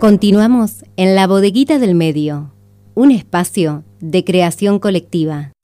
Continuamos en La Bodeguita del Medio, un espacio de creación colectiva.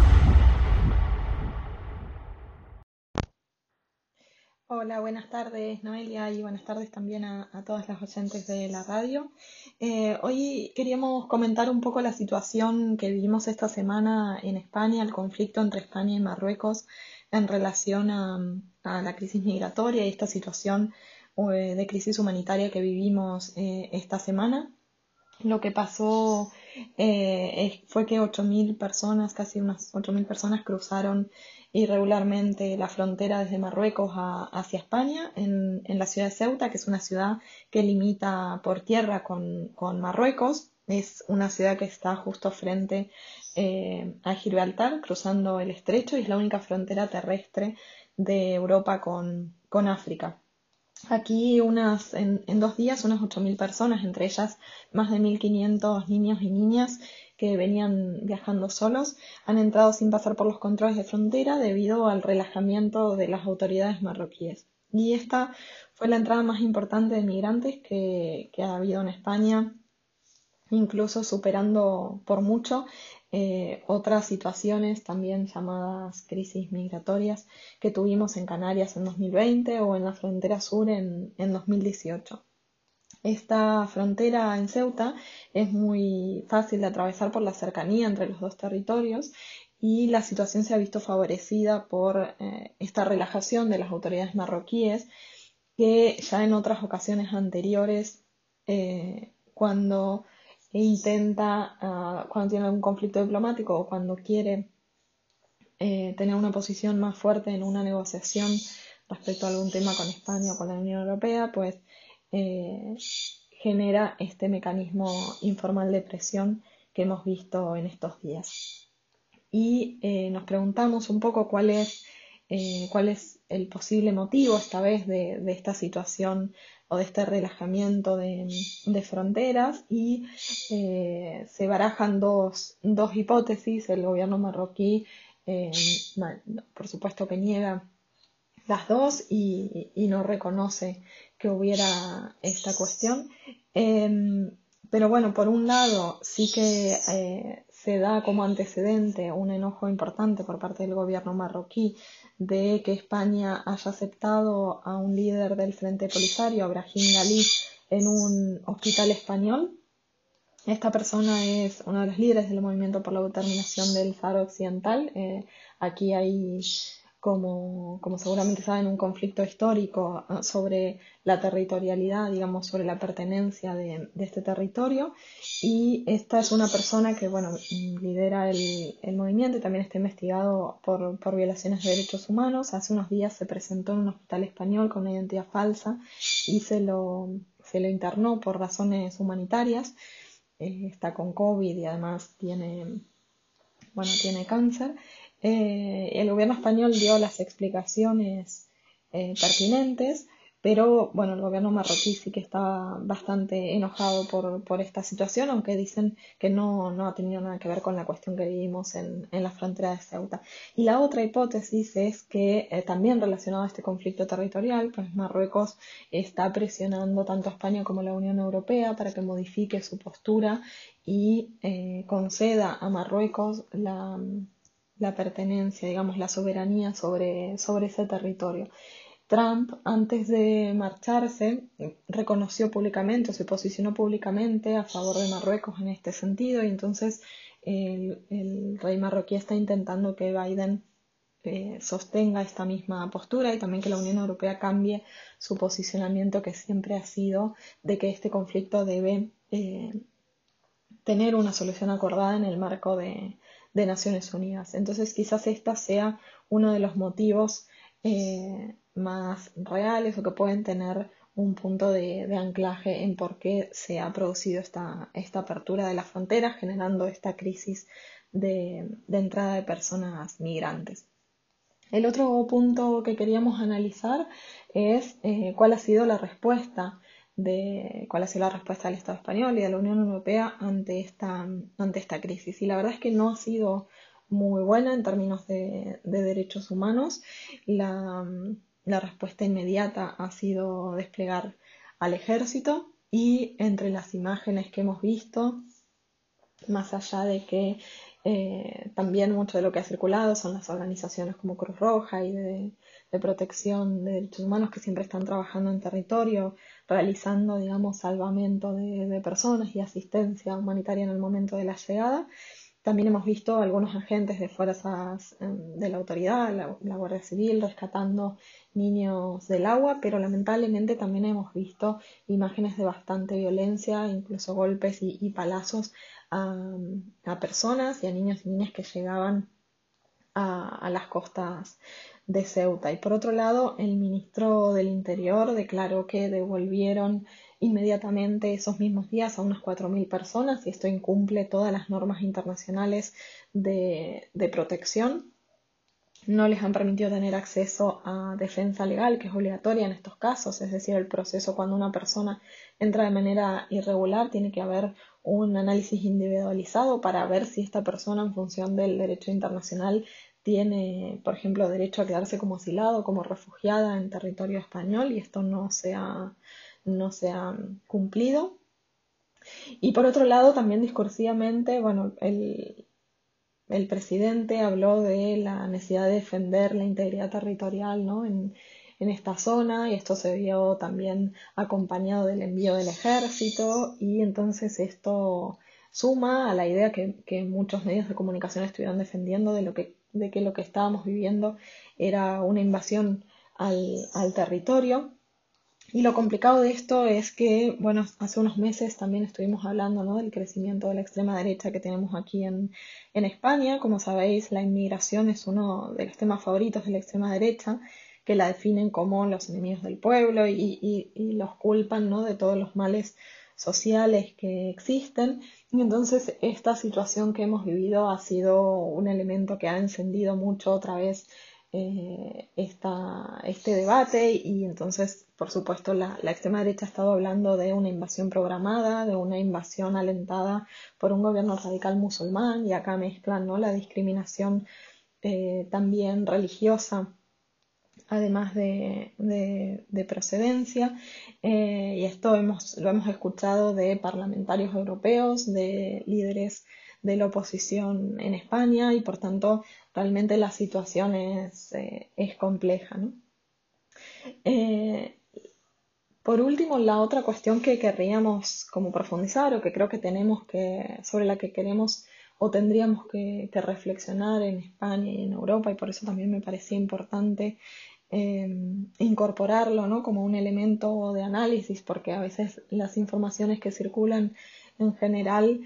Hola, buenas tardes Noelia y buenas tardes también a todas las oyentes de la radio. Hoy queríamos comentar un poco la situación que vivimos esta semana en España, el conflicto entre España y Marruecos en relación a la crisis migratoria y esta situación de crisis humanitaria que vivimos esta semana. Lo que pasó fue que 8.000 personas, casi unas 8.000 personas cruzaron irregularmente la frontera desde Marruecos hacia España en la ciudad de Ceuta, que es una ciudad que limita por tierra con Marruecos. Es una ciudad que está justo frente a Gibraltar, cruzando el estrecho, y es la única frontera terrestre de Europa con África. Aquí en 2 días unas 8.000 personas, entre ellas más de 1.500 niños y niñas que venían viajando solos, han entrado sin pasar por los controles de frontera debido al relajamiento de las autoridades marroquíes. Y esta fue la entrada más importante de migrantes que ha habido en España, incluso superando por mucho otras situaciones también llamadas crisis migratorias que tuvimos en Canarias en 2020 o en la frontera sur en 2018. Esta frontera en Ceuta es muy fácil de atravesar por la cercanía entre los dos territorios y la situación se ha visto favorecida por esta relajación de las autoridades marroquíes que ya en otras ocasiones anteriores, cuando cuando tiene algún conflicto diplomático o cuando quiere tener una posición más fuerte en una negociación respecto a algún tema con España o con la Unión Europea, pues eh, genera este mecanismo informal de presión que hemos visto en estos días. Y nos preguntamos un poco cuál es el posible motivo esta vez de esta situación o de este relajamiento de fronteras, y se barajan dos hipótesis. El gobierno marroquí, eh, por supuesto que niega las dos y no reconoce que hubiera esta cuestión. Pero bueno, por un lado sí que se da como antecedente un enojo importante por parte del gobierno marroquí de que España haya aceptado a un líder del Frente Polisario, a Brahim Ghali, en un hospital español. Esta persona es uno de los líderes del movimiento por la autodeterminación del Sahara Occidental. Aquí hay, como seguramente saben, un conflicto histórico sobre la territorialidad, digamos, sobre la pertenencia de este territorio. Y esta es una persona que, bueno, lidera el movimiento y también está investigado por violaciones de derechos humanos. Hace unos días se presentó en un hospital español con una identidad falsa y se lo internó por razones humanitarias. Está con COVID y además tiene cáncer. El gobierno español dio las explicaciones pertinentes, pero bueno, el gobierno marroquí sí que está bastante enojado por esta situación, aunque dicen que no ha tenido nada que ver con la cuestión que vivimos en la frontera de Ceuta. Y la otra hipótesis es que también relacionado a este conflicto territorial, pues Marruecos está presionando tanto a España como a la Unión Europea para que modifique su postura y conceda a Marruecos la pertenencia, digamos, la soberanía sobre ese territorio. Trump, antes de marcharse, reconoció públicamente o se posicionó públicamente a favor de Marruecos en este sentido, y entonces el rey marroquí está intentando que Biden sostenga esta misma postura y también que la Unión Europea cambie su posicionamiento, que siempre ha sido de que este conflicto debe tener una solución acordada en el marco de Naciones Unidas. Entonces quizás esta sea uno de los motivos más reales o que pueden tener un punto de anclaje en por qué se ha producido esta apertura de la frontera, generando esta crisis de entrada de personas migrantes. El otro punto que queríamos analizar es cuál ha sido la respuesta del Estado español y de la Unión Europea ante esta crisis. Y la verdad es que no ha sido muy buena en términos de derechos humanos. La respuesta inmediata ha sido desplegar al ejército Y entre las imágenes que hemos visto, más allá de que también mucho de lo que ha circulado son las organizaciones como Cruz Roja y de protección de derechos humanos que siempre están trabajando en territorio, realizando, digamos, salvamento de personas y asistencia humanitaria en el momento de la llegada. También hemos visto algunos agentes de fuerzas de la autoridad, la Guardia Civil, rescatando niños del agua, pero lamentablemente también hemos visto imágenes de bastante violencia, incluso golpes y palazos a personas y a niños y niñas que llegaban a las costas de Ceuta. Y por otro lado, el ministro del Interior declaró que devolvieron inmediatamente esos mismos días a unas 4.000 personas y esto incumple todas las normas internacionales de protección. No les han permitido tener acceso a defensa legal, que es obligatoria en estos casos, es decir, el proceso cuando una persona entra de manera irregular tiene que haber un análisis individualizado para ver si esta persona en función del derecho internacional tiene, por ejemplo, derecho a quedarse como asilado, como refugiada en territorio español y esto no se ha cumplido. Y por otro lado, también discursivamente, bueno, el presidente habló de la necesidad de defender la integridad territorial, ¿no? en esta zona y esto se vio también acompañado del envío del ejército y entonces esto suma a la idea que muchos medios de comunicación estuvieron defendiendo de que lo que estábamos viviendo era una invasión al territorio. Y lo complicado de esto es que, bueno, hace unos meses también estuvimos hablando, ¿no? del crecimiento de la extrema derecha que tenemos aquí en España. Como sabéis, la inmigración es uno de los temas favoritos de la extrema derecha, que la definen como los enemigos del pueblo y los culpan, ¿no? de todos los males sociales que existen. Y entonces esta situación que hemos vivido ha sido un elemento que ha encendido mucho otra vez este debate y entonces, por supuesto, la extrema derecha ha estado hablando de una invasión programada, de una invasión alentada por un gobierno radical musulmán y acá mezclan, ¿no? la discriminación también religiosa además de procedencia, y esto lo hemos escuchado de parlamentarios europeos, de líderes de la oposición en España, y por tanto realmente la situación es compleja, ¿no? Por último, la otra cuestión que querríamos como profundizar o que creo que sobre la que queremos o tendríamos que reflexionar en España y en Europa, y por eso también me parecía importante incorporarlo, ¿no? como un elemento de análisis, porque a veces las informaciones que circulan en general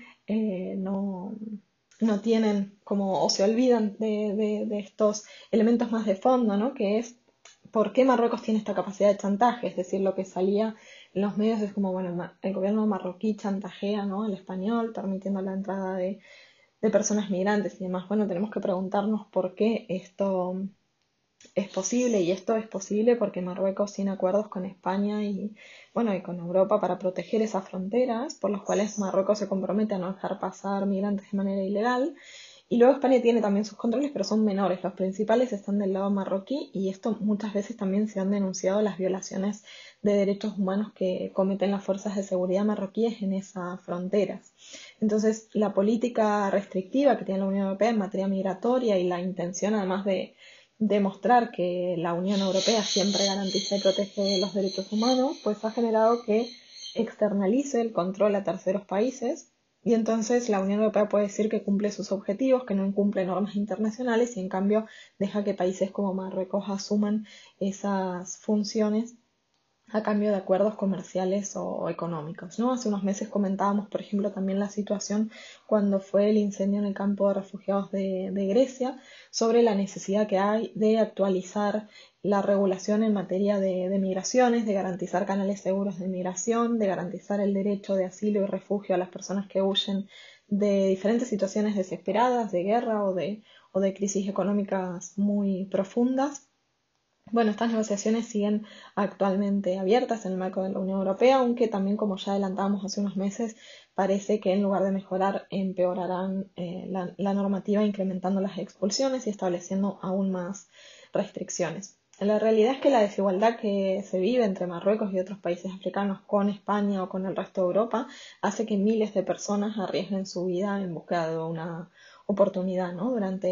no tienen como, o se olvidan de estos elementos más de fondo, ¿no? que es por qué Marruecos tiene esta capacidad de chantaje, es decir, lo que salía en los medios es como, bueno, el gobierno marroquí chantajea, ¿no? al español, permitiendo la entrada de personas migrantes y demás. Bueno, tenemos que preguntarnos por qué esto es posible, y esto es posible porque Marruecos tiene acuerdos con España y, bueno, y con Europa para proteger esas fronteras, por los cuales Marruecos se compromete a no dejar pasar migrantes de manera ilegal. Y luego España tiene también sus controles, pero son menores. Los principales están del lado marroquí y esto muchas veces también se han denunciado las violaciones de derechos humanos que cometen las fuerzas de seguridad marroquíes en esas fronteras. Entonces, la política restrictiva que tiene la Unión Europea en materia migratoria y la intención además de demostrar que la Unión Europea siempre garantiza y protege los derechos humanos, pues ha generado que externalice el control a terceros países y entonces la Unión Europea puede decir que cumple sus objetivos, que no incumple normas internacionales y en cambio deja que países como Marruecos asuman esas funciones a cambio de acuerdos comerciales o económicos, ¿no? Hace unos meses comentábamos, por ejemplo, también la situación cuando fue el incendio en el campo de refugiados de Grecia, sobre la necesidad que hay de actualizar la regulación en materia de migraciones, de garantizar canales seguros de migración, de garantizar el derecho de asilo y refugio a las personas que huyen de diferentes situaciones desesperadas, de guerra o de crisis económicas muy profundas. Bueno, estas negociaciones siguen actualmente abiertas en el marco de la Unión Europea, aunque también, como ya adelantamos hace unos meses, parece que en lugar de mejorar, empeorarán la normativa, incrementando las expulsiones y estableciendo aún más restricciones. La realidad es que la desigualdad que se vive entre Marruecos y otros países africanos con España o con el resto de Europa hace que miles de personas arriesguen su vida en búsqueda de una oportunidad, ¿no?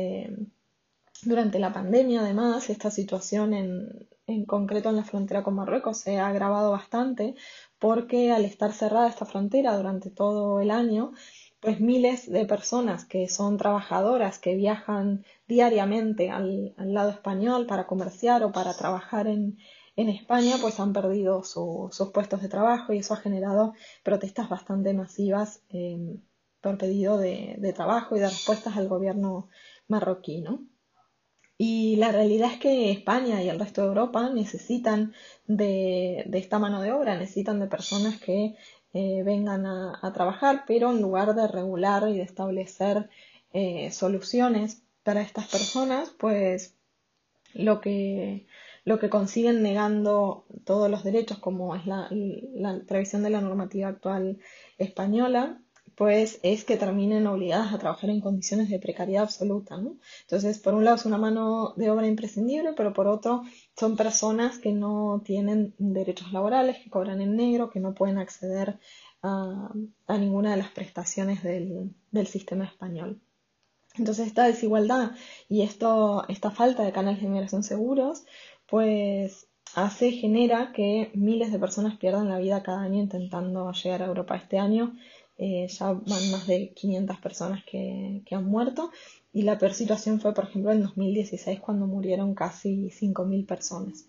Durante la pandemia, además, esta situación en concreto en la frontera con Marruecos se ha agravado bastante porque al estar cerrada esta frontera durante todo el año, pues miles de personas que son trabajadoras, que viajan diariamente al lado español para comerciar o para trabajar en España, pues han perdido sus puestos de trabajo y eso ha generado protestas bastante masivas por pedido de trabajo y de respuestas al gobierno marroquí, ¿no? Y la realidad es que España y el resto de Europa necesitan de esta mano de obra, necesitan de personas que vengan a trabajar, pero en lugar de regular y de establecer soluciones para estas personas, pues lo que, lo que consiguen negando todos los derechos, como es la previsión de la normativa actual española, pues es que terminen obligadas a trabajar en condiciones de precariedad absoluta, ¿no? Entonces, por un lado es una mano de obra imprescindible, pero por otro son personas que no tienen derechos laborales, que cobran en negro, que no pueden acceder a ninguna de las prestaciones del sistema español. Entonces, esta desigualdad y esta falta de canales de inmigración seguros, pues genera que miles de personas pierdan la vida cada año intentando llegar a Europa. Este año ya van más de 500 personas que han muerto y la peor situación fue, por ejemplo, en 2016 cuando murieron casi 5.000 personas.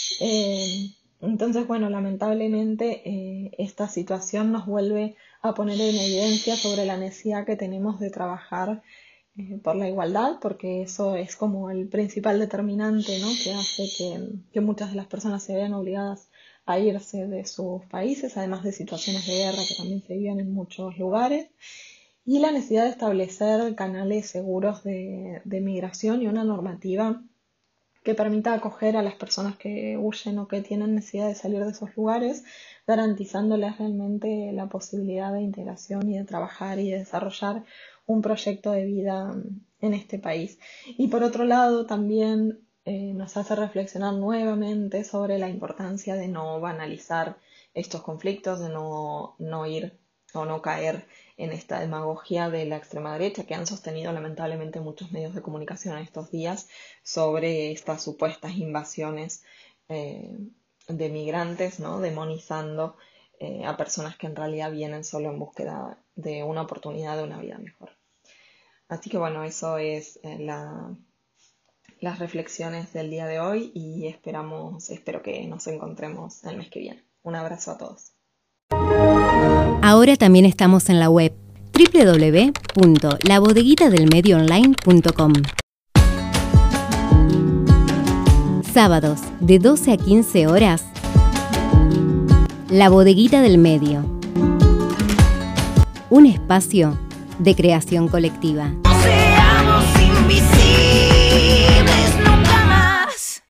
Entonces, bueno, lamentablemente esta situación nos vuelve a poner en evidencia sobre la necesidad que tenemos de trabajar por la igualdad, porque eso es como el principal determinante, ¿no? Que hace que muchas de las personas se vean obligadas a irse de sus países, además de situaciones de guerra que también se viven en muchos lugares, y la necesidad de establecer canales seguros de migración y una normativa que permita acoger a las personas que huyen o que tienen necesidad de salir de esos lugares, garantizándoles realmente la posibilidad de integración y de trabajar y de desarrollar un proyecto de vida en este país. Y por otro lado, también nos hace reflexionar nuevamente sobre la importancia de no banalizar estos conflictos, de no ir o no caer en esta demagogia de la extrema derecha que han sostenido lamentablemente muchos medios de comunicación en estos días sobre estas supuestas invasiones de migrantes, ¿no? Demonizando a personas que en realidad vienen solo en búsqueda de una oportunidad de una vida mejor. Así que bueno, eso es las reflexiones del día de hoy y espero que nos encontremos el mes que viene. Un abrazo a todos. Ahora también estamos en la web www.labodeguitadelmedioonline.com. Sábados de 12 a 15 horas, La Bodeguita del Medio. Un espacio de creación colectiva. Seamos invisibles.